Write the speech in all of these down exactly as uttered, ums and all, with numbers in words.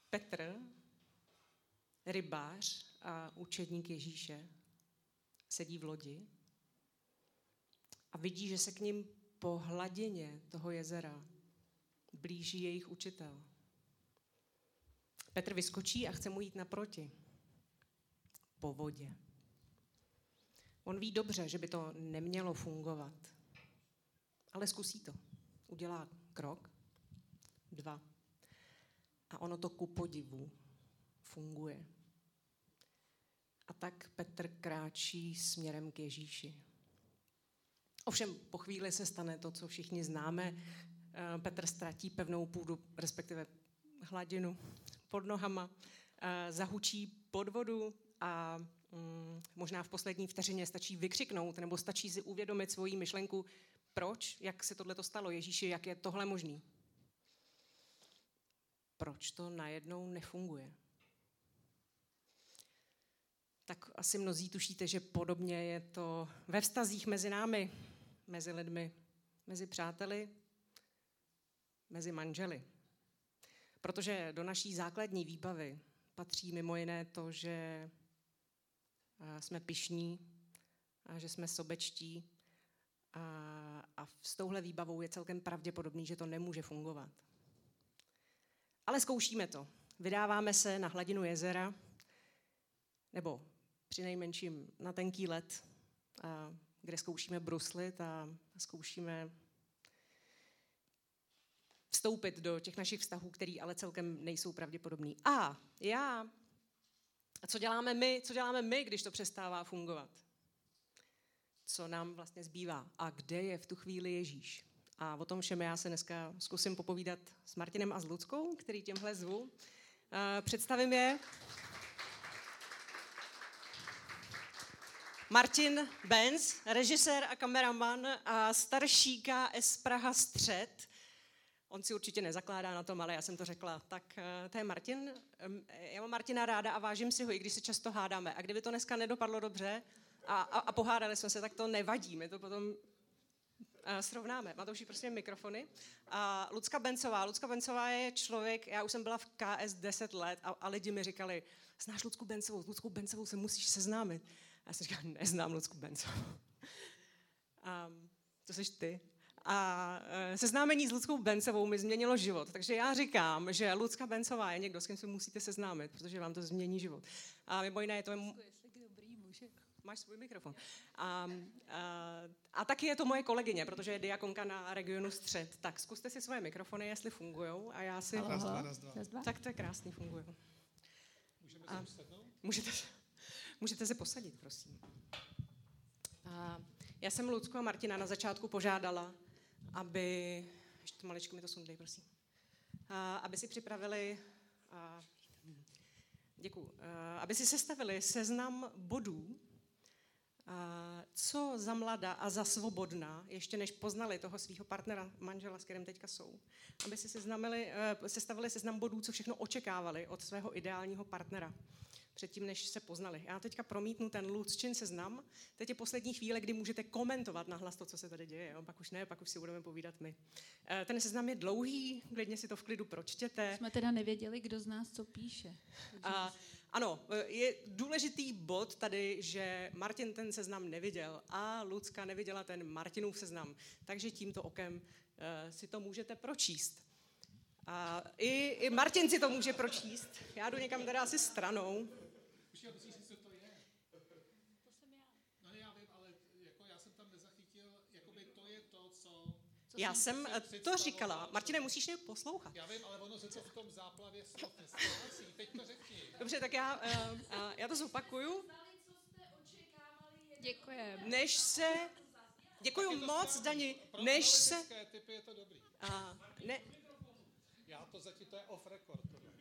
Petr, rybář a učedník Ježíše, sedí v lodi a vidí, že se k ním po hladině toho jezera blíží jejich učitel. Petr vyskočí a chce mu jít naproti. Po vodě. On ví dobře, že by to nemělo fungovat, ale zkusí to. Udělá krok, dva. A ono to ku podivu funguje. A tak Petr kráčí směrem k Ježíši. Ovšem po chvíli se stane to, co všichni známe. Petr ztratí pevnou půdu, respektive hladinu pod nohama, zahučí pod vodu a mm, možná v poslední vteřině stačí vykřiknout nebo stačí si uvědomit svoji myšlenku, proč, jak se tohleto stalo Ježíši, jak je tohle možný. Proč to najednou nefunguje? Tak asi mnozí tušíte, že podobně je to ve vztazích mezi námi, mezi lidmi, mezi přáteli, mezi manželi. Protože do naší základní výbavy patří mimo jiné to, že jsme pyšní a že jsme sobečtí a, a s touhle výbavou je celkem pravděpodobný, že to nemůže fungovat. Ale zkoušíme to. Vydáváme se na hladinu jezera, nebo přinejmenším na tenký led, a, kde zkoušíme bruslit a zkoušíme vstoupit do těch našich vztahů, které ale celkem nejsou pravděpodobný. A já, a co děláme my, co děláme my, když to přestává fungovat? Co nám vlastně zbývá? A kde je v tu chvíli Ježíš? A o tom všem já se dneska zkusím popovídat s Martinem a s Luckou, který těmhle zvu. Představím je. Martin Benz, režisér a kameraman a starší K S Praha Střed. On si určitě nezakládá na tom, ale já jsem to řekla. Tak to je Martin. Já mám Martina ráda a vážím si ho, i když se často hádáme. A kdyby to dneska nedopadlo dobře a, a, a pohádali jsme se, tak to nevadí. My to potom uh, srovnáme. Matouši, prosím, mikrofony. A Lucka Bencová. Lucka Bencová je člověk, já už jsem byla v K S deset let a, a lidi mi říkali, znáš Lucku Bencovou, s Luckou Bencovou se musíš seznámit. A já jsem říkala, neznám Lucku Bencovou. Um, to jsi ty. A seznámení s Luckou Bencovou mi změnilo život. Takže já říkám, že Lucka Bencová je někdo, s kým se musíte seznámit, protože vám to změní život. A mimo jiné je to... M... Máš svůj mikrofon. A, a, a taky je to moje kolegyně, protože je diakonka na regionu Střed. Tak zkuste si svoje mikrofony, jestli fungujou. A já si... Raz, dva, raz, dva. Tak to je krásný, fungujou. Můžeme se usadnout? Můžete, můžete se posadit, prosím. A já jsem Lucku a Martina na začátku požádala, aby, ještě maličko mi to sundej, prosím, a, aby si připravili, a, děkuju, a, aby si sestavili seznam bodů, a, co za mladá a za svobodná, ještě než poznali toho svého partnera, manžela, s kterým teďka jsou, aby si seznamili, sestavili seznam bodů, co všechno očekávali od svého ideálního partnera. Předtím, než se poznali. Já teďka promítnu ten Lucčin seznam. Teď je poslední chvíle, kdy můžete komentovat nahlas to, co se tady děje. Jo? Pak už ne, pak už si budeme povídat my. Ten seznam je dlouhý, klidně si to v klidu pročtěte. Jsme teda nevěděli, kdo z nás co píše. A, ano, je důležitý bod tady, že Martin ten seznam neviděl a Lucka neviděla ten Martinův seznam. Takže tímto okem uh, si to můžete pročíst. A i, i Martin si to může pročíst. Já jdu někam teda asi stranou. Počkej, myslíš si, co to je? To jsem já. No já vím, ale jako já jsem tam nezachytil, jakoby to je to, co... co já jsem to říkala. Martine, musíš mě poslouchat. Já vím, ale ono se to v tom záplavě slov nestává. Teď to řekni. Dobře, tak já, uh, uh, já to zopakuju. Děkujeme. Než se... Děkuju moc, Dani. Než se... typy je to dobrý. Uh, ne... Já to zatím, to je off record.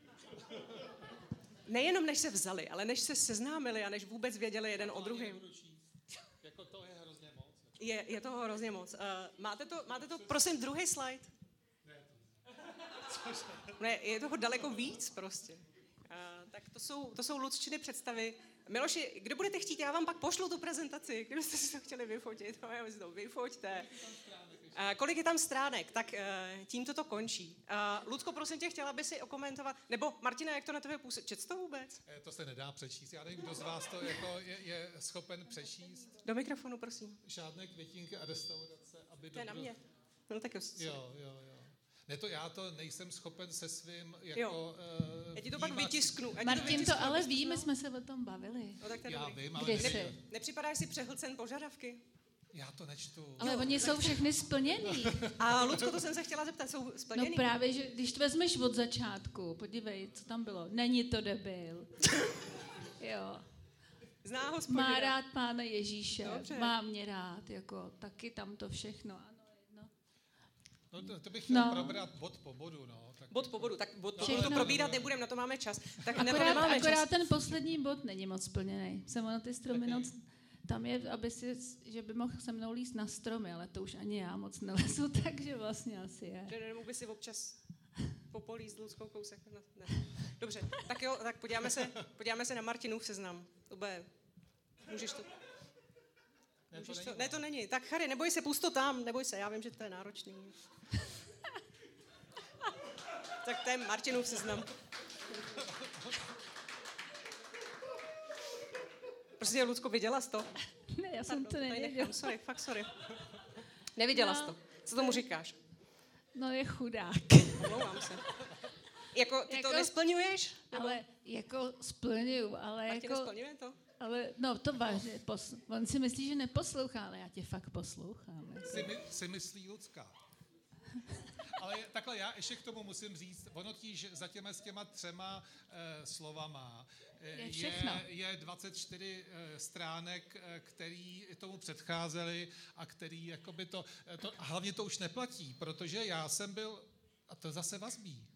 Nejenom než se vzali, ale než se seznámili a než vůbec věděli jeden o druhém. Jako to je hrozně moc. Je, je toho hrozně moc. Uh, máte to, máte to, prosím, druhý slide? Ne, to ne. Je toho daleko víc prostě. Uh, tak to jsou, to jsou Lucčiny představy. Miloši, kdo budete chtít, já vám pak pošlu tu prezentaci, kdybyste si to chtěli vyfotit. No, já si to vyfoťte. Uh, kolik je tam stránek? Tak uh, tímto to končí. Uh, Lucko, prosím tě, chtěla by si okomentovat, nebo Martina, jak to na tebe působí? Čet to vůbec? To se nedá přečíst. Já nevím, kdo z vás to jako je, je schopen přečíst. Do mikrofonu, prosím. Žádné květinky a restaurace, aby... To je dobro... na mě. No tak jo. Jo, jo, jo. Ne, to já to nejsem schopen se svým jako... Jo. Uh, já ti to pak vytisknu. Martin to ale ví, my jsme se o tom bavili. No, tak to já dobrý. vím, ale... Kde Ne, jsi? Nepřipadáš si přehlcen požadavky? Já to nečtu. Ale Jo, oni tak- jsou všechny splněný. A Lucko, to jsem se chtěla zeptat, jsou splněný? No právě, že když to vezmeš od začátku, podívej, co tam bylo. Není to debil. Jo. Zná hospodina. Má rád Pána Ježíše, Dobře. má mě rád, jako taky tam to všechno. Ano, jedno. No to, to bych chtěl No. probrat bod po bodu, no. Tak... Bod po bodu, tak bod po Všechno. bodu to probírat nebudeme, na to máme čas. Tak nebo Akorát, nemáme akorát čas. ten poslední bod není moc splněný. Jsem na ty stromy noc, tam je, aby si, že by mohl se mnou líst na stromy, ale to už ani já moc nelezu, takže vlastně asi je. Že nemohl by si občas popolíst Luckou kousek? Ne. ne. Dobře, tak jo, tak podíváme se, podíváme se na Martinův seznam. To bude... Můžeš to... Ne, to Můžeš není to, ono. ne, to není. Tak Chary, neboj se, pust to tam, neboj se, já vím, že to je náročný. Tak to je Martinův seznam. Prostě, Lucko, viděla jsi to? Ne, já jsem Pardon, to tady nevěděla. nechám, sorry, fakt sorry. Neviděla No. jsi to. Co tomu říkáš? No je chudák. Omlouvám se. Jako, ty to Jako- nesplňuješ? Ale jako splňuju, ale Martin, jako... nesplňuje to? Ale no to vážně, posl- on si myslí, že neposlouchá, ale já tě fakt poslouchám. Jako. Si, my, si myslí Lucka. Ale takhle já ještě k tomu musím říct, ono tíž za těma, s těma třema e, slovama e, Je je, všechno. je dvacet čtyři e, stránek, e, který tomu předcházely a který jakoby to, e, to, a hlavně to už neplatí, protože já jsem byl, a to zase vazbí,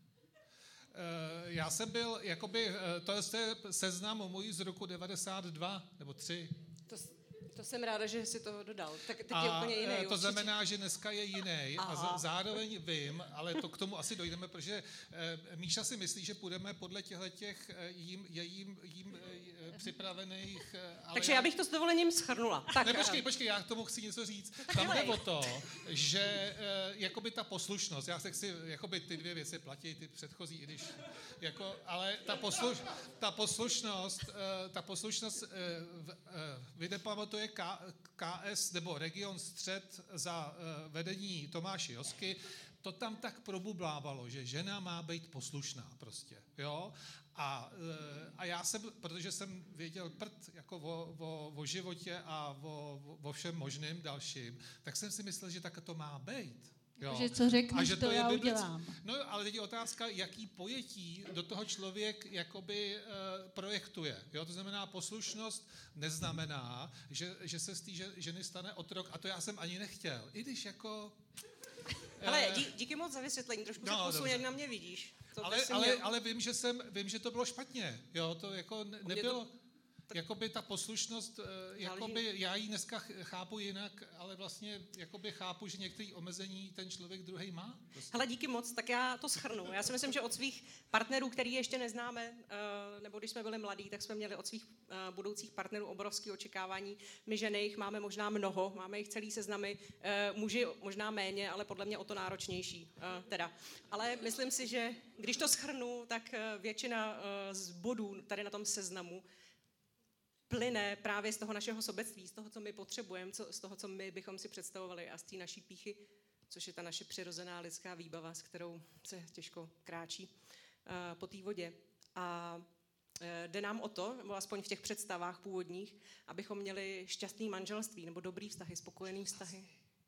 e, já jsem byl, jakoby, e, to je seznam můj z roku devadesát dva nebo tři. To, to jsem ráda, že jsi to dodal. Tak teď je A úplně jiný. e, to určitě. znamená, že dneska je jiný a Aha. z- zároveň vím, ale to k tomu asi dojdeme, protože e, Míša si myslí, že půjdeme podle těchto jím, jím, jím e, připravených... e, Ale Takže já bych to s dovolením schrnula. Tak, Ne, počkej, eh, počkej, já k tomu chci něco říct. tak Tam jde dělej. o to, že e, jakoby ta poslušnost, já se chci, jakoby ty dvě věci platí, ty předchozí, i když, jako, ale ta, posluš, ta poslušnost, e, ta poslušnost, e, v, e, vy nepamatuje K, KS nebo Region Střed za e, vedení Tomáše Josky, to tam tak probublávalo, že žena má být poslušná prostě, jo? A, e, a já jsem, protože jsem věděl prd jako o, o, o životě a o, o všem možným dalším, tak jsem si myslel, že tak to má být. Jo. Že co řekneš, A že to, to je já biblic- udělám. No, ale teď je otázka, jaký pojetí do toho člověk jakoby e, projektuje. Jo? To znamená, poslušnost neznamená, že, že se z té že- ženy stane otrok, a to já jsem ani nechtěl. I když jako... hele, e, dí, díky moc za vysvětlení. Trošku no, se posuň, dobře. jak na mě vidíš. To ale, by si ale, měl. ale vím, že jsem, vím, že to bylo špatně. Jo, to jako ne, mě nebylo... to- Jakoby ta poslušnost, eh, jakoby já ji dneska ch- chápu jinak, ale vlastně jakoby chápu, že některé omezení ten člověk druhý má. Prostě. Hele, díky moc, tak já to shrnu. Já si myslím, že od svých partnerů, který ještě neznáme, eh, nebo když jsme byli mladí, tak jsme měli od svých eh, budoucích partnerů obrovské očekávání. My ženy jich máme možná mnoho, máme jich celý seznamy, eh, muži možná méně, ale podle mě o to náročnější. eh, Teda. Ale myslím si, že když to shrnu, tak eh, většina eh, z bodů tady na tom seznamu plyne právě z toho našeho sobectví, z toho, co my potřebujeme, co, z toho, co my bychom si představovali a z té naší píchy, což je ta naše přirozená lidská výbava, s kterou se těžko kráčí uh, po té vodě. A uh, jde nám o to, nebo aspoň v těch představách původních, abychom měli šťastný manželství nebo dobrý vztahy, spokojený vztahy.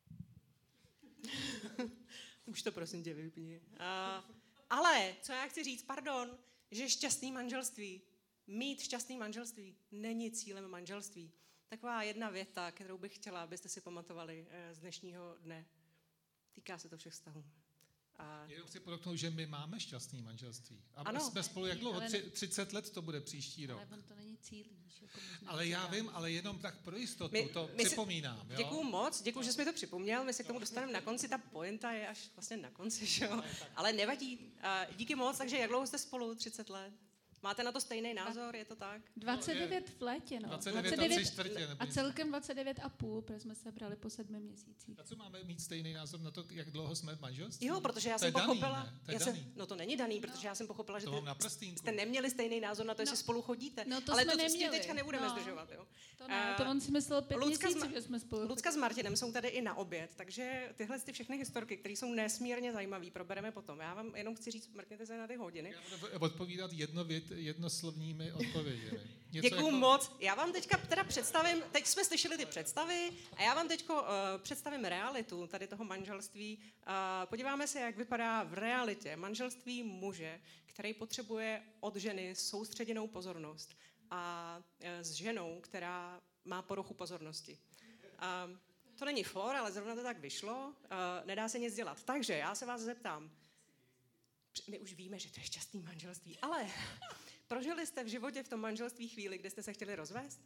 Už to prosím tě vypni. Uh, ale, co já chci říct, pardon, že šťastný manželství, mít šťastný manželství není cílem manželství. Taková jedna věta, kterou bych chtěla, abyste si pamatovali z dnešního dne. Týká se to všech vztahů. A Jenom chci podotknout, že my máme šťastný manželství. A Ano. jsme spolu jak dlouho? Ale Tři, třicet let to bude příští rok. Ale on to není cíl, víš, jako možná Ale já to dá. vím, ale jenom tak pro jistotu, My- to my si- připomínám. Jo? děkuju moc, děkuju, že jsi mi to připomněl, my se k tomu dostaneme na konci, ta pointa je až vlastně na konci, že jo? Ale nevadí. A díky moc, takže jak dlouho jste spolu? třicet let? Máte na to stejný názor, je to tak? dvacet devět v létě, no. dvacet devět a tři čtvrtě. A celkem dvacet devět a půl, protože jsme se brali po sedmi měsících. A co máme mít stejný názor na to, jak dlouho jsme v manželství? Jo, protože já to jsem daný, pochopila, ne? To je já daný. jsem, no to není daný, protože já jsem pochopila, že To ty, mám na prstínku. jste neměli stejný názor na to, jestli No. spolu chodíte. No to ale jsme to, s tím neměli. teďka nebudeme No. zdržovat, jo? To ne, to Eh, on si myslel pět Lucka s měsíců, Ma- že jsme spolu. Lucka s Martinem jsou tady i na oběd, takže tyhle ty všechny historky, které jsou nesmírně zajímavé, probereme potom. Já vám jenom chci říct, mrkněte se na ty hodiny. Já budu odpovídat jednovět, jednoslovními odpověděmi. Něco Děkuju jako... moc. Já vám teďka teda představím, teď jsme slyšeli ty představy a já vám teďko uh, představím realitu tady toho manželství. Uh, podíváme se, jak vypadá v realitě manželství muže, který potřebuje od ženy soustředěnou pozornost a uh, s ženou, která má poruchu pozornosti. Uh, to není for, ale zrovna to tak vyšlo. Uh, nedá se nic dělat. Takže já se vás zeptám. My už víme, že to je šťastný manželství, ale prožili jste v životě v tom manželství chvíli, kde jste se chtěli rozvést?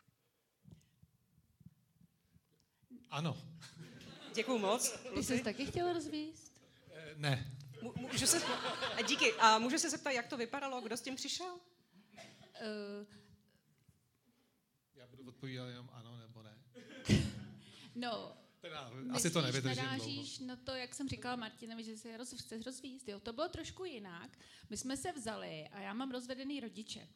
Ano. Děkuju moc. Ty jsi taky chtěla rozvíst? E, ne. Mu- Můžu se, a díky. A můžu se zeptat, jak to vypadalo? Kdo s tím přišel? Uh, Já budu odpovídat jenom ano nebo ne. no, Teda, asi to nevydržím dlouho. narážíš na to, jak jsem říkala Martinovi, že se roz, chceš rozvíst. Jo, to bylo trošku jinak. My jsme se vzali a já mám rozvedený rodiče.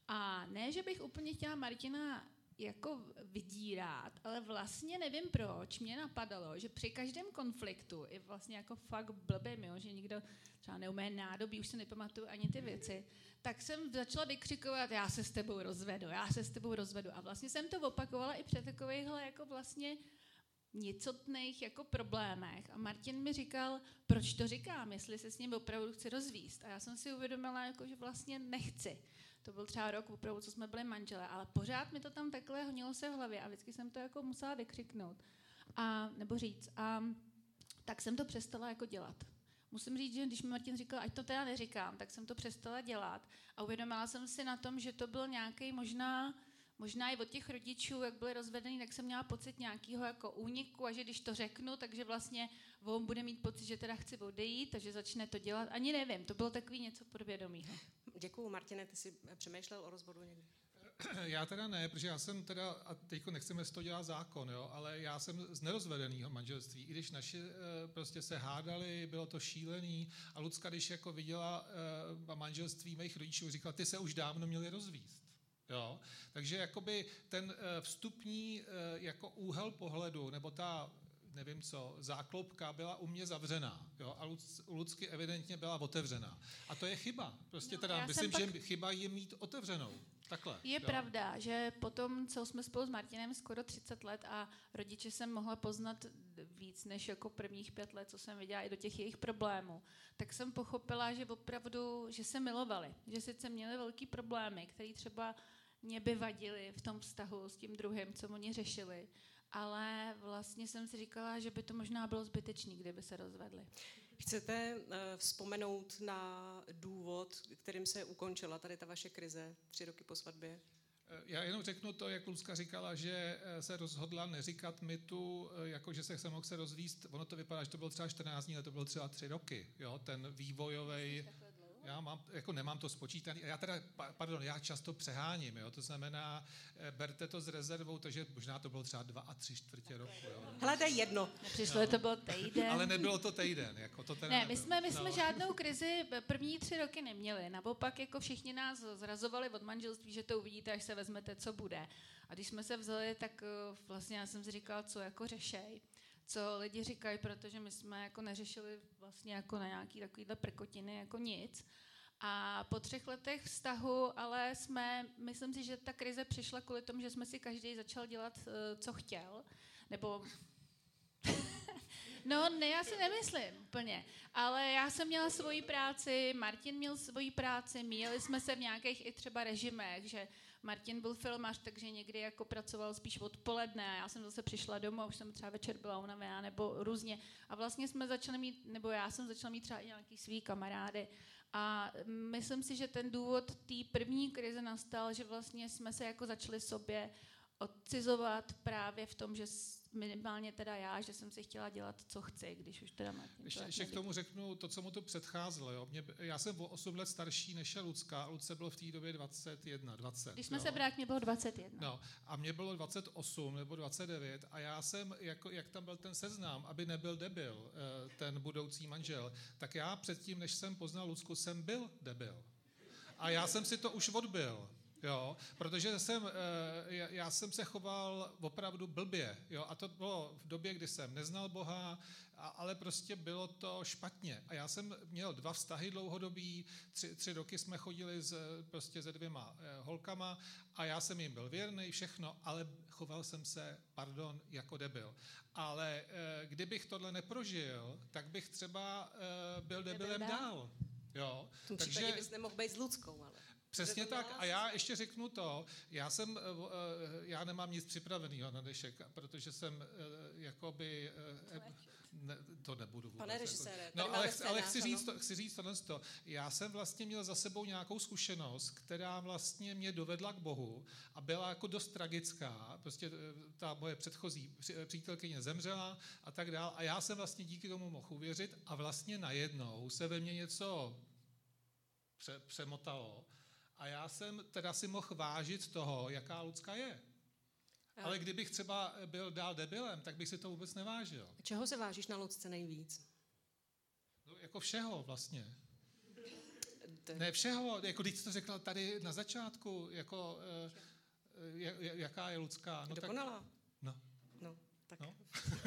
A ne, že bych úplně chtěla Martina jako vydírat, ale vlastně nevím proč, mě napadalo, že při každém konfliktu, i vlastně jako fakt blbým, jo, že někdo třeba neumé nádobí, už si nepamatuju ani ty věci, tak jsem začala vykřikovat, já se s tebou rozvedu, já se s tebou rozvedu. A vlastně jsem to opakovala i při takovýchhle jako vlastně nicotných jako problémech. A Martin mi říkal, proč to říkám, jestli se s ním opravdu chci rozvíst. A já jsem si uvědomila, jako, že vlastně nechci. To byl třeba rok opravdu, co jsme byli manželé, ale pořád mi to tam takhle honilo se v hlavě a vždycky jsem to jako musela vykřiknout. A, nebo říct. A tak jsem to přestala jako dělat. Musím říct, že když mi Martin říkal, ať to teda neříkám, tak jsem to přestala dělat a uvědomila jsem si na tom, že to byl nějaký možná Možná i od těch rodičů, jak byli rozvedení, tak jsem měla pocit nějakého jako úniku a že když to řeknu, takže vlastně on bude mít pocit, že teda chci odejít, takže začne to dělat. Ani nevím, to bylo takový něco podvědomího. Děkuju, Martine, ty jsi přemýšlel o rozvodu někdy? Já teda ne, protože já jsem teda, a teďko nechceme z toho dělat zákon, jo, ale já jsem z nerozvedeného manželství, i když naši e, prostě se hádali, bylo to šílený a Lucka, když jako viděla e, manželství mých rodičů, říkala, ty se už dávno měli rozvíst. Jo? Takže jakoby ten e, vstupní e, jako úhel pohledu, nebo ta, nevím co, záklopka byla u mě zavřená, jo? A Luc, u Lucky evidentně byla otevřená. A to je chyba. Prostě No, teda myslím, pak... že chyba je mít otevřenou. Takhle, je jo. pravda, že potom, co jsme spolu s Martinem skoro třicet let a rodiče jsem mohla poznat víc než jako prvních pět let, co jsem viděla i do těch jejich problémů, tak jsem pochopila, že opravdu, že se milovali, že sice měli velký problémy, které třeba mě by vadily v tom vztahu s tím druhým, co oni řešili, ale vlastně jsem si říkala, že by to možná bylo zbytečný, kdyby se rozvedli. Chcete uh, vzpomenout na důvod, kterým se ukončila tady ta vaše krize tři roky po svatbě? Já jenom řeknu to, jak Lucka říkala, že se rozhodla neříkat mi tu, jako že se se mohl se rozvíst. Ono to vypadá, že to bylo třeba čtrnáct dní, ale to bylo třeba tři roky. Jo? Ten vývojový. Já mám, jako nemám to spočítaný. Já teda, pardon, já často přeháním, jo? To znamená, berte to s rezervou, takže možná to bylo třeba dva a tři čtvrtě roku. Jo? Hele, to je jedno. Nepřišlo, no. To bylo týden. Ale nebylo to týden. Jako to teda ne, my jsme, my jsme no. žádnou krizi první tři roky neměli. Naopak jako všichni nás zrazovali od manželství, že to uvidíte, až se vezmete, co bude. A když jsme se vzali, tak vlastně já jsem si říkala, co jako řešej. Co lidi říkají, protože my jsme jako neřešili vlastně jako na nějaký takovýhle prkotiny jako nic. A po třech letech vztahu, ale jsme, myslím si, že ta krize přišla kvůli tomu, že jsme si každý začal dělat, co chtěl, nebo... No, ne, já si nemyslím úplně, ale já jsem měla svoji práci, Martin měl svoji práci, míjeli jsme se v nějakých i třeba režimech, že Martin byl filmař, takže někdy jako pracoval spíš odpoledne a já jsem zase přišla domů a už jsem třeba večer byla unavená nebo různě. A vlastně jsme začali mít, nebo já jsem začala mít třeba i nějaký svý kamarády. A myslím si, že ten důvod té první krize nastal, že vlastně jsme se jako začali sobě odcizovat právě v tom, že minimálně teda já, že jsem si chtěla dělat, co chci, když už teda Martin. Ještě, ještě k tomu řeknu to, co mu to předcházelo. Jo. Mě, já jsem o osm let starší než je Lucka, a Lucce bylo v té době dvacet jedna, dvacet. Když jsme jo. se brát, mě bylo dvacet jedna. No, a mě bylo dvacet osm nebo dvacet devět a já jsem, jako, jak tam byl ten seznam, aby nebyl debil, ten budoucí manžel, tak já předtím, než jsem poznal Lucku, jsem byl debil. A já jsem si to už odbyl. Jo, protože jsem, já jsem se choval opravdu blbě, jo, a to bylo v době, kdy jsem neznal Boha, ale prostě bylo to špatně. A já jsem měl dva vztahy dlouhodobý, tři, tři roky jsme chodili s, prostě se dvěma holkama a já jsem jim byl věrný, všechno, ale choval jsem se, pardon, jako debil. Ale kdybych tohle neprožil, tak bych třeba byl debilem dál. Jo, v tom případě takže bys nemohl být s Luckou, ale... Přesně tak. A já ještě řeknu to, já jsem, já nemám nic připraveného na dnešek, protože jsem jakoby, ne, to nebudu vůbec. Pane režisére, no, ale, ale chci říct, to, chci říct tohle to. Já jsem vlastně měl za sebou nějakou zkušenost, která vlastně mě dovedla k Bohu a byla jako dost tragická. Prostě ta moje předchozí přítelkyně zemřela a tak dál. A já jsem vlastně díky tomu mohl uvěřit a vlastně najednou se ve mně něco pře, přemotalo. A já jsem teda si mohl vážit toho, jaká Lucka je. Ale kdybych třeba byl dál debilem, tak bych si to vůbec nevážil. Čeho se vážíš na Lucce nejvíc? No, jako všeho vlastně. De. Ne všeho, jako když jsi to řekla tady na začátku, jako jaká je Lucka. No, dokonalá. Tak, no. No, tak. No.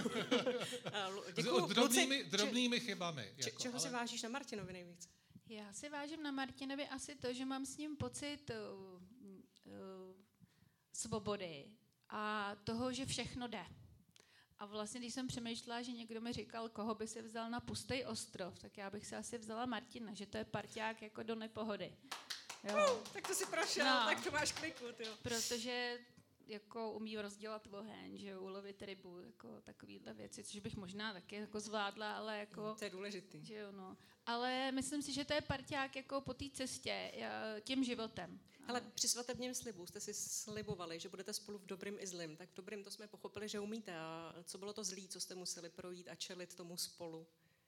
Děkuju. Drobnými, drobnými chybami. Če, jako, čeho ale... si vážíš na Martinovi nejvíc? Já si vážím na Martinovi asi to, že mám s ním pocit uh, uh, svobody a toho, že všechno jde. A vlastně, když jsem přemýšlela, že někdo mi říkal, koho by se vzal na pustý ostrov, tak já bych se asi vzala Martina, že to je parťák jako do nepohody. Jo. Uh, tak to si prošel, no, tak to máš kliku, jo. Protože jako umí rozdělat oheň, že ulovit rybu, jako takovýhle věci, což bych možná taky jako zvládla, ale jako... To je důležitý. Že jo, no. Ale myslím si, že to je parťák jako po té cestě, tím životem. Ale při svatebním slibu jste si slibovali, že budete spolu v dobrým i zlým. Tak v dobrým to jsme pochopili, že umíte. A co bylo to zlý, co jste museli projít a čelit tomu spolu?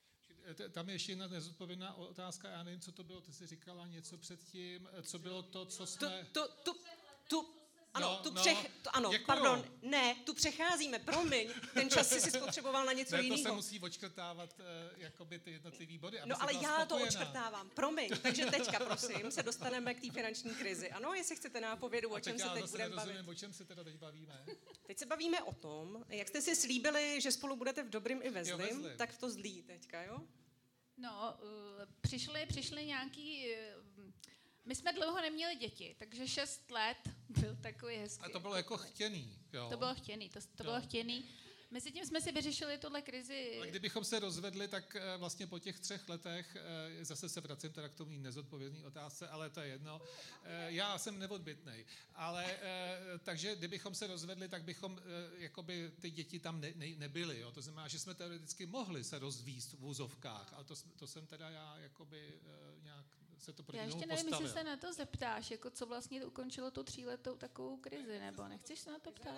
Tam je ještě jedna nezodpovědná otázka, já nevím, co to bylo, ty jsi říkala něco předtím, co bylo to, co jsme... Tu, tu, tu, tu, ano, no, tu no, přech, to, ano, děkuju. pardon, ne, tu přecházíme, promiň, ten čas si si spotřeboval na něco ne, jiného. To se musí odškrtávat uh, jakoby ty jednotlivý body, aby no ale já spokojená. to odškrtávám, promiň, takže teďka prosím se dostaneme k té finanční krizi. Ano, jestli chcete nápovědu, o čem se teď budeme bavit. O čem se teda teď bavíme? Teď se bavíme o tom, jak jste si slíbili, že spolu budete v dobrým i ve zlým, tak v to zlý teďka, jo? No, uh, přišli, přišli nějaký... Uh, my jsme dlouho neměli děti, takže šest let byl takový hezký. A to bylo jako chtěný, jo? To bylo chtěný, to, to bylo chtěný. Mezitím jsme si vyřešili tuhle krizi. Ale kdybychom se rozvedli, tak vlastně po těch třech letech, zase se vracím teda k tomu nezodpovědné otázce, ale to je jedno, já jsem neodbytnej, ale takže kdybychom se rozvedli, tak bychom jakoby ty děti tam ne, ne, nebyly, jo? To znamená, že jsme teoreticky mohli se rozvíst v úzovkách, ale to, to jsem teda já jakoby nějak se to proti Já tomu ještě nevím, postavil. jestli se na to zeptáš, jako co vlastně ukončilo tu tříletou takovou krizi, nebo nechceš se na to ptát?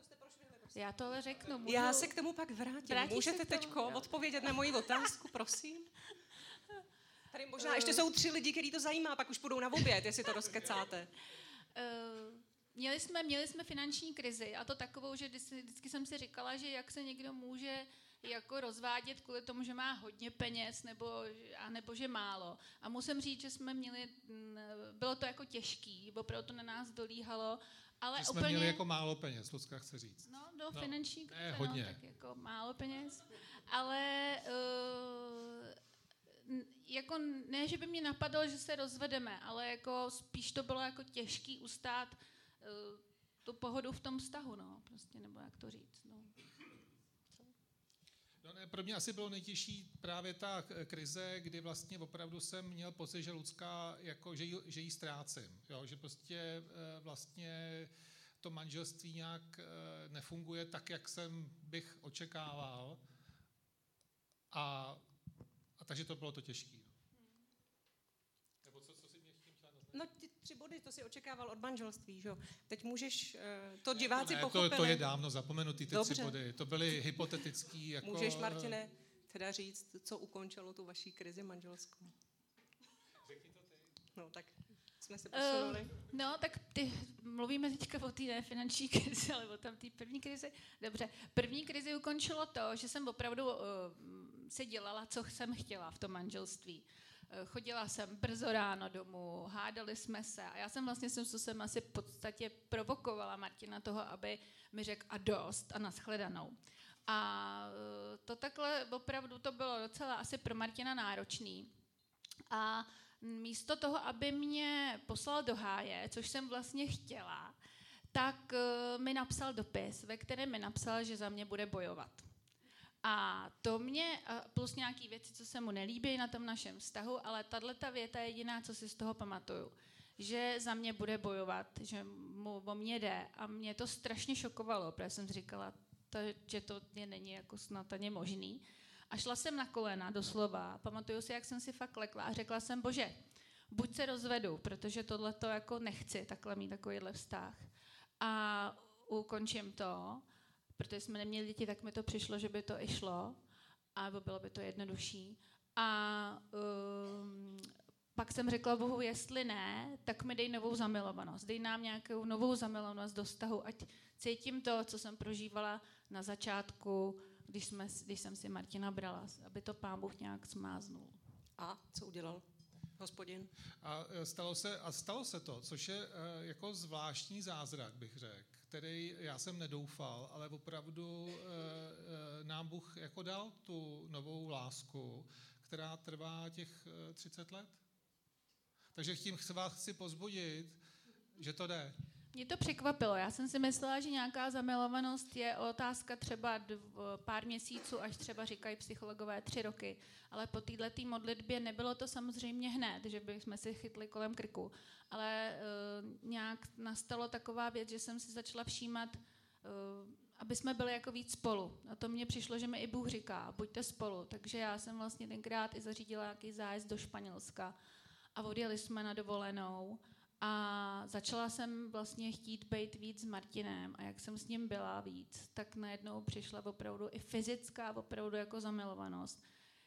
Já to ale řeknu. Můžu... Já se k tomu pak vrátím. Vrátíš Můžete teď odpovědět na moji otázku, prosím? Tady možná ještě jsou tři lidi, který to zajímá, pak už půjdou na oběd, jestli to rozkecáte. Uh, měli, jsme, měli jsme finanční krizi a to takovou, že vždycky, vždycky jsem si říkala, že jak se někdo může jako rozvádět kvůli tomu, že má hodně peněz nebo, a nebo že málo. A musím říct, že jsme měli, bylo to jako těžký, opravdu to na nás dolíhalo. Ale že jsme úplně, měli jako málo peněz, Lucka chce říct. No, do no, finanční krize, ne, hodně. No, tak jako málo peněz. Ale uh, jako ne, že by mě napadlo, že se rozvedeme, ale jako spíš to bylo jako těžký ustát uh, tu pohodu v tom vztahu, no, prostě, nebo jak to říct, no. No ne, pro mě asi bylo nejtěžší právě ta krize, kdy vlastně opravdu jsem měl pocit, že Lucka, jako, že, jí, že jí ztrácím. Jo? Že prostě vlastně to manželství nějak nefunguje tak, jak jsem bych očekával. A, a takže to bylo to těžké. Nebo co, co si mě tím chtěla naznačit? No ty tři body, to si očekával od manželství, že jo? Teď můžeš, uh, to diváci ne, pochopili. To, to je dávno zapomenutý, ty Dobře. tři body. To byly hypotetický. Jako, Můžeš, Martine, teda říct, co ukončilo tu vaší krizi manželskou? Řekni to ty. No tak jsme se posunuli. Uh, no, tak ty, mluvíme teďka o té ne finanční krizi, ale o tam té první krizi. Dobře, první krizi ukončilo to, že jsem opravdu uh, si dělala, co jsem chtěla v tom manželství. Uh, chodila jsem brzo ráno domů, hádali jsme se a já jsem vlastně jsem, co jsem asi v podstatě provokovala Martina toho, aby mi řekl a dost a nashledanou. A uh, to takhle opravdu to bylo docela asi pro Martina náročný. A místo toho, aby mě poslal do háje, což jsem vlastně chtěla, tak uh, mi napsal dopis, ve kterém mi napsal, že za mě bude bojovat. A to mě, plus nějaký věci, co se mu nelíbí na tom našem vztahu, ale tato věta je jediná, co si z toho pamatuju. Že za mě bude bojovat, že mu o mě jde. A mě to strašně šokovalo, protože jsem říkala, to, že to není jako snad ani možný. A šla jsem na kolena, doslova. Pamatuju si, jak jsem si fakt lekla a řekla jsem, bože, buď se rozvedu, protože tohle to jako nechci, takhle mít takovýhle vztah. A ukončím to, protože jsme neměli děti, tak mi to přišlo, že by to i šlo a bylo by to jednodušší. A um, pak jsem řekla Bohu, jestli ne, tak mi dej novou zamilovanost. Dej nám nějakou novou zamilovanost do vztahu, ať cítím to, co jsem prožívala na začátku, když, jsme, když jsem si Martina brala, aby to Pán Bůh nějak smáznul. A co udělal Hospodin? A stalo se, a stalo se to, což je jako zvláštní zázrak, bych řekl, který já jsem nedoufal, ale opravdu nám Bůh jako dal tu novou lásku, která trvá těch třicet let. Takže tím vás chci pozbudit, že to jde. Mě to překvapilo. Já jsem si myslela, že nějaká zamilovanost je otázka třeba dv, pár měsíců, až třeba říkají psychologové tři roky. Ale po této modlitbě nebylo to samozřejmě hned, že bychom si chytli kolem krku. Ale uh, nějak nastalo taková věc, že jsem si začala všímat, uh, aby jsme byli jako víc spolu. A to mně přišlo, že mi i Bůh říká, buďte spolu. Takže já jsem vlastně tenkrát i zařídila nějaký zájezd do Španělska a odjeli jsme na dovolenou. A začala jsem vlastně chtít být víc s Martinem a jak jsem s ním byla víc, tak najednou přišla opravdu i fyzická, opravdu jako zamilovanost,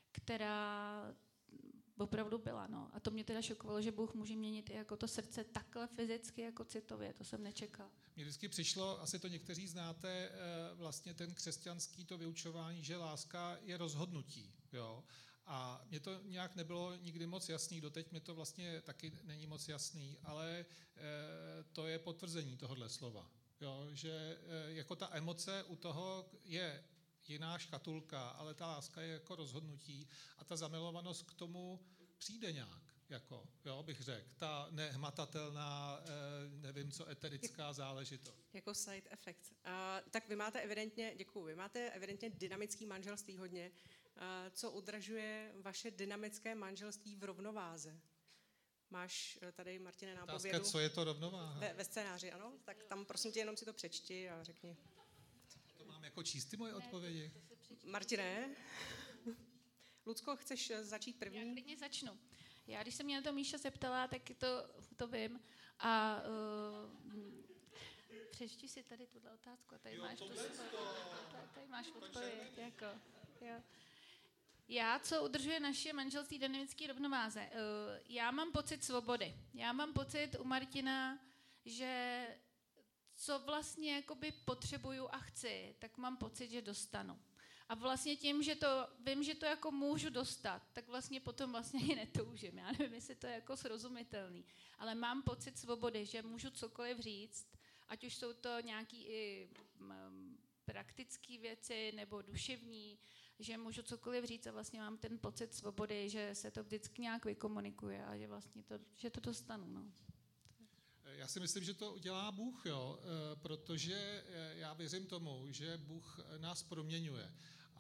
která opravdu byla. No. A to mě teda šokovalo, že Bůh může měnit i jako to srdce takhle fyzicky, jako citově. To jsem nečekala. Mně vždycky přišlo, asi to někteří znáte, vlastně ten křesťanský to vyučování, že láska je rozhodnutí. Jo? A mně to nějak nebylo nikdy moc jasný, doteď mě to vlastně taky není moc jasný, ale e, to je potvrzení tohohle slova. Jo, že e, jako ta emoce u toho je jiná škatulka, ale ta láska je jako rozhodnutí a ta zamilovanost k tomu přijde nějak, jako, jo, bych řekl. Ta nehmatatelná, e, nevím co, eterická záležitost. Jako side effect. Uh, tak vy máte evidentně, děkuju, vy máte evidentně dynamický manželství hodně. Co udržuje vaše dynamické manželství v rovnováze? Máš tady, Martine, nápovědu? Otázka, co je to rovnováha? Ve, ve scénáři, ano? Tak tam prosím tě, jenom si to přečti a řekni. To mám jako číst ty moje odpovědi? Martine? Lucko, chceš začít první? Já klidně začnu. Já, když se mě na to Míša zeptala, tak to, to vím. A uh, přečti si tady tuhle otázku. Tady jo, máš, tu, tady, tady máš odpověď. Jako, jo. Já, co udržuje naše manželství dynamické rovnováze? Já mám pocit svobody. Já mám pocit u Martina, že co vlastně jakoby potřebuju a chci, tak mám pocit, že dostanu. A vlastně tím, že to vím, že to jako můžu dostat, tak vlastně potom vlastně i netoužím. Já nevím, jestli to je jako srozumitelný. Ale mám pocit svobody, že můžu cokoliv říct, ať už jsou to nějaký i m, praktické věci nebo duševní, že můžu cokoliv říct a vlastně mám ten pocit svobody, že se to vždycky nějak vykomunikuje a že vlastně to, že to dostanu. No. Já si myslím, že to udělá Bůh, jo, protože já věřím tomu, že Bůh nás proměňuje.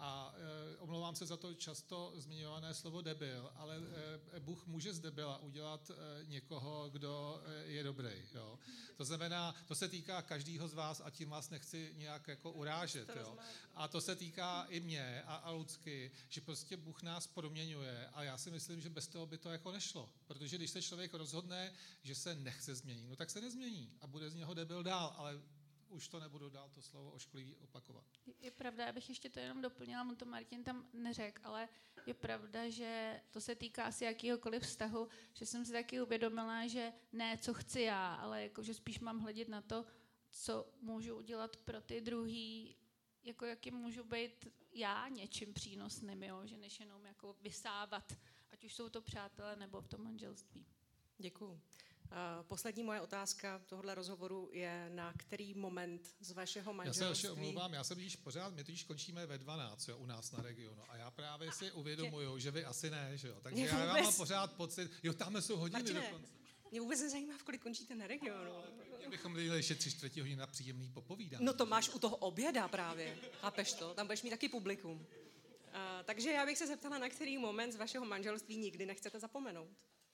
A e, omlouvám se za to často zmiňované slovo debil, ale e, Bůh může z debila udělat e, někoho, kdo e, je dobrý. Jo. To znamená, to se týká každého z vás a tím vás nechci nějak jako urážet. Jo. A to se týká i mě a, a Lucky, že prostě Bůh nás proměňuje a já si myslím, že bez toho by to jako nešlo. Protože když se člověk rozhodne, že se nechce změnit, no tak se nezmění a bude z něho debil dál, ale už to nebudu dál to slovo ošklivý opakovat. Je pravda, abych ještě to jenom doplnila, mu to Martin tam neřekl, ale je pravda, že to se týká asi jakýhokoliv vztahu, že jsem si taky uvědomila, že ne, co chci já, ale jako, že spíš mám hledět na to, co můžu udělat pro ty druhý, jako jaký můžu být já něčím přínosným, jo? Že než jenom jako vysávat, ať už jsou to přátelé nebo v tom manželství. Děkuju. Uh, poslední moje otázka tohohle rozhovoru je, na který moment z vašeho manželství... Já se ještě omlouvám, já jsem již pořád, my totiž končíme ve dvanáct, jo, u nás na regionu a já právě si uvědomuju, že vy asi ne, že jo, takže já vůbec... mám pořád pocit, jo, tam jsou hodiny Martine, dokonce. Mě vůbec nezajímá, v kolik končíte na regionu. Mě bychom měli ještě tři čtvrtě hodiny na příjemný popovídání. No to máš u toho oběda právě, chápeš to? Tam budeš mít taky publikum. Uh, takže já bych se zeptala, na který moment z vašeho manželství nikdy nechcete zapomenout.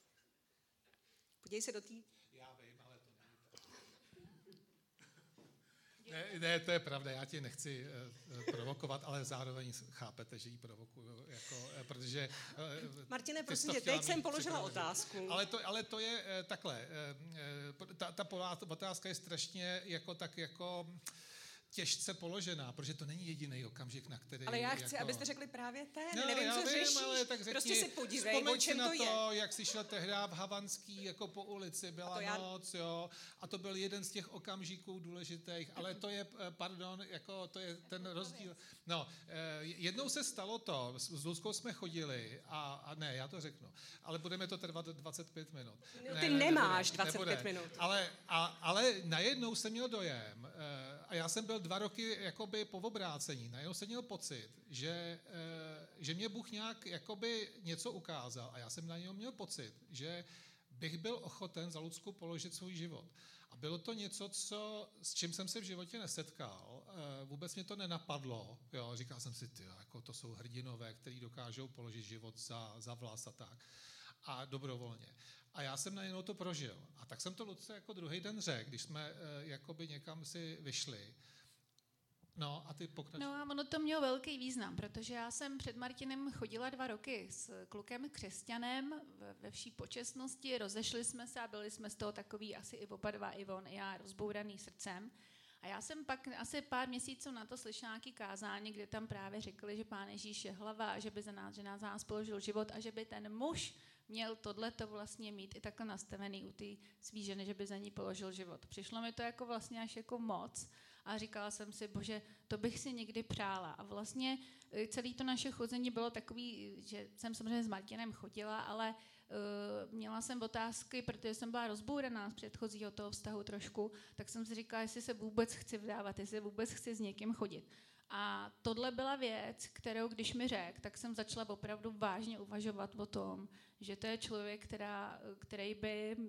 Podívej se do té... Já vím, ale to není to. Ne, ne, to je pravda, já tě nechci uh, provokovat, ale zároveň chápete, že ji provokuju, jako, uh, protože... Uh, Martine, prosím tě, teď jsem položila připravit. otázku. Ale to, ale to je uh, takhle, uh, ta, ta otázka je strašně jako tak jako... těžce položená, protože to není jediný okamžik, na který... Ale já chci, jako... abyste řekli právě ten, no, nevím, co vím, řešíš, ale tak řekni, prostě si podívej, o čem na to, to je. jak jsi šel tehdy v Havanský, jako po ulici, byla já... noc, jo, a to byl jeden z těch okamžiků důležitých, ale to je, pardon, jako to je ten rozdíl. No, jednou se stalo to, s Luzkou jsme chodili a, a ne, já to řeknu, ale budeme to trvat dvacet pět minut. No, ne, ty ne, nemáš nebude, dvacet pět nebude. minut. Ale, a, ale najednou jsem měl dojem, a já jsem byl dva roky jakoby po obrácení, najednou jsem měl pocit, že, že mě Bůh nějak jakoby něco ukázal a já jsem na něj měl pocit, že bych byl ochoten za Lucku položit svůj život. A bylo to něco, co, s čím jsem se v životě nesetkal, vůbec mě to nenapadlo, jo, říkal jsem si, tyjo, jako to jsou hrdinové, kteří dokážou položit život za, za vlast a tak. A dobrovolně. A já jsem najednou to prožil. A tak jsem to Lucce jako druhý den řekl, když jsme jakoby někam si vyšli. No a ty pokračuj. No a ono to mělo velký význam, protože já jsem před Martinem chodila dva roky s klukem křesťanem ve vší počestnosti, rozešli jsme se a byli jsme z toho takový asi i oba dva, i on, i já, rozbouraný srdcem. A já jsem pak asi pár měsíců na to slyšela nějaký kázání, kde tam právě řekli, že Pán Ježíš je hlava a že by za nás, že nás za nás položil život a že by ten muž měl tohleto vlastně mít i takhle nastavený u té svý ženy, že by za ní položil život. Přišlo mi to jako vlastně až jako moc a říkala jsem si, bože, to bych si někdy přála. A vlastně celé to naše chození bylo takový, že jsem samozřejmě s Martinem chodila, ale uh, měla jsem otázky, protože jsem byla rozbouraná z předchozího toho vztahu trošku, tak jsem si říkala, jestli se vůbec chci vdávat, jestli vůbec chci s někým chodit. A tohle byla věc, kterou když mi řekl, tak jsem začala opravdu vážně uvažovat o tom, že to je člověk, která, který by,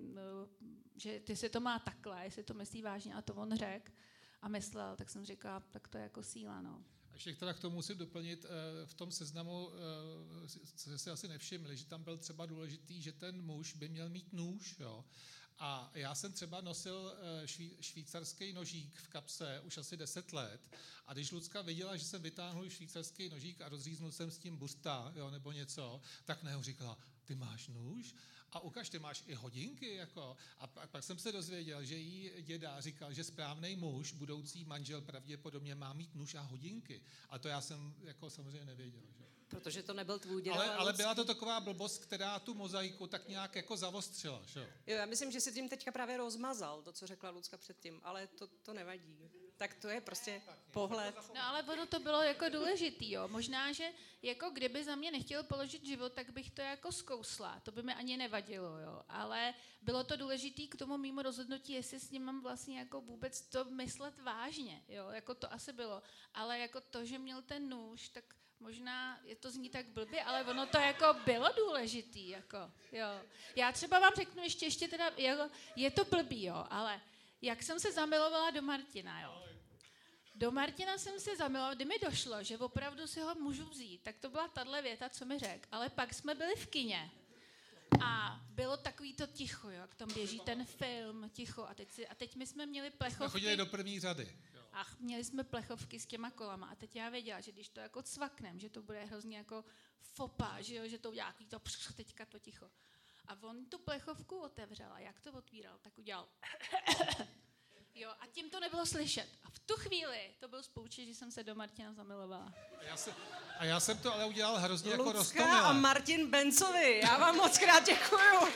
že ty si to má takhle, jestli to myslí vážně a to on řekl a myslel, tak jsem říkala, tak to je jako síla, no. A ještě teda k tomu musím doplnit, v tom seznamu jste si asi nevšimli, že tam byl třeba důležitý, že ten muž by měl mít nůž, jo. A já jsem třeba nosil švý, švýcarský nožík v kapse už asi deset let a když Lucka viděla, že jsem vytáhnul švýcarský nožík a rozříznul jsem s tím busta, jo, nebo něco, tak neho říkala, ty máš nůž? A ukaž, ty máš i hodinky, jako. A pak, pak jsem se dozvěděl, že jí děda říkal, že správný muž, budoucí manžel pravděpodobně má mít nůž a hodinky. A to já jsem jako samozřejmě nevěděl, že? Protože to nebyl tvůj děda. Ale, ale byla to taková blbost, která tu mozaiku tak nějak jako zavostřila, že jo? Jo, já myslím, že si tím teďka právě rozmazal to, co řekla Lucka předtím, ale to, to nevadí. Tak to je prostě pohled. No ale ono to bylo jako důležitý, jo. Možná, že jako kdyby za mě nechtěl položit život, tak bych to jako zkousla. To by mi ani nevadilo, jo. Ale bylo to důležitý k tomu mýmu rozhodnutí, jestli s ním mám vlastně jako vůbec to myslet vážně, jo. Jako to asi bylo. Ale jako to, že měl ten nůž, tak možná je to zní tak blbě, ale ono to jako bylo důležitý, jako, jo. Já třeba vám řeknu ještě, ještě teda, jako, je to blbý, jo, ale jak jsem se zamilovala do Martina, jo. Do Martina jsem se zamilovala, kdy mi došlo, že opravdu si ho můžu vzít, tak to byla tahle věta, co mi řekl. Ale pak jsme byli v kině a bylo takový to ticho, jo, jak tam běží ten film, ticho. A teď, si, a teď my jsme měli plechovky. Jsme chodili do první řady. A měli jsme plechovky s těma kolama. A teď já věděla, že když to jako cvaknem, že to bude hrozně jako fopa, že, jo, že to udělá to teďka to ticho. A on tu plechovku otevřel a jak to otvíral, tak udělal jo, a tím to nebylo slyšet. A v tu chvíli to byl spoučet, že jsem se do Martina zamilovala. A já jsem, a já jsem to ale udělal hrozně Lucka jako roztomile. a Martin Bencovi, já vám moc krát děkuju.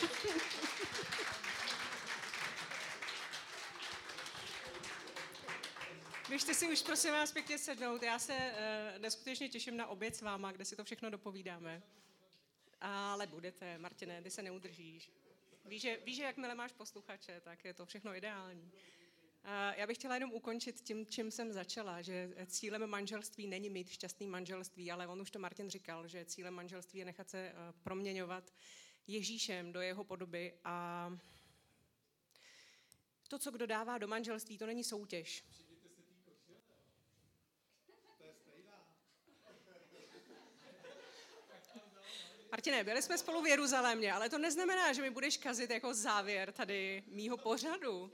Běžte si už prosím vás pěkně sednout, já se uh, neskutečně těším na oběd s váma, kde si to všechno dopovídáme. Ale budete, Martine, ty se neudržíš. Víš, že, víš, že jakmile máš posluchače, tak je to všechno ideální. Uh, já bych chtěla jenom ukončit tím, čím jsem začala, že cílem manželství není mít šťastný manželství, ale on už to Martin říkal, že cílem manželství je nechat se uh, proměňovat Ježíšem do jeho podoby a to, co kdo dává do manželství, to není soutěž. Martine, byli jsme spolu v Jeruzalémě, ale to neznamená, že mi budeš kazit jako závěr tady mýho pořadu.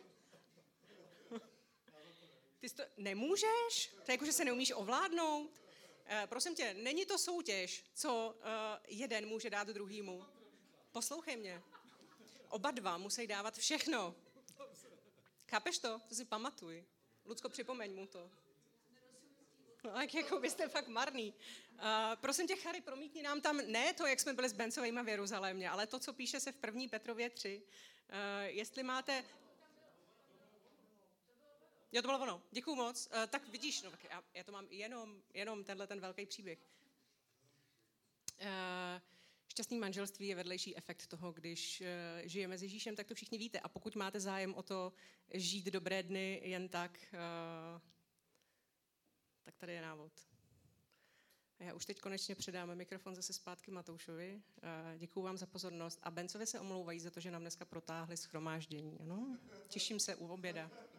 Ty to nemůžeš? To je jako, že se neumíš ovládnout? E, prosím tě, není to soutěž, co uh, jeden může dát druhýmu. Poslouchej mě. Oba dva musí dávat všechno. Chápeš to? To si pamatuj. Lucko, připomeň mu to. No, tak jako vy jste fakt marný. Uh, prosím tě, Chary, promítni nám tam ne to, jak jsme byli s Bencovejma v Jeruzalémě, ale to, co píše se v první Petrově tři. Uh, jestli máte... Jo, to bylo ono. Děkuju moc. Uh, tak vidíš, no, já, já to mám jenom, jenom tenhle ten velký příběh. Uh, šťastný manželství je vedlejší efekt toho, když uh, žijeme s Ježíšem, tak to všichni víte. A pokud máte zájem o to žít dobré dny jen tak... Uh, tak tady je návod. A já už teď konečně předám mikrofon zase zpátky Matoušovi. Děkuju vám za pozornost. A Bencovi se omlouvají za to, že nám dneska protáhli shromáždění. Ano? Těším se u oběda.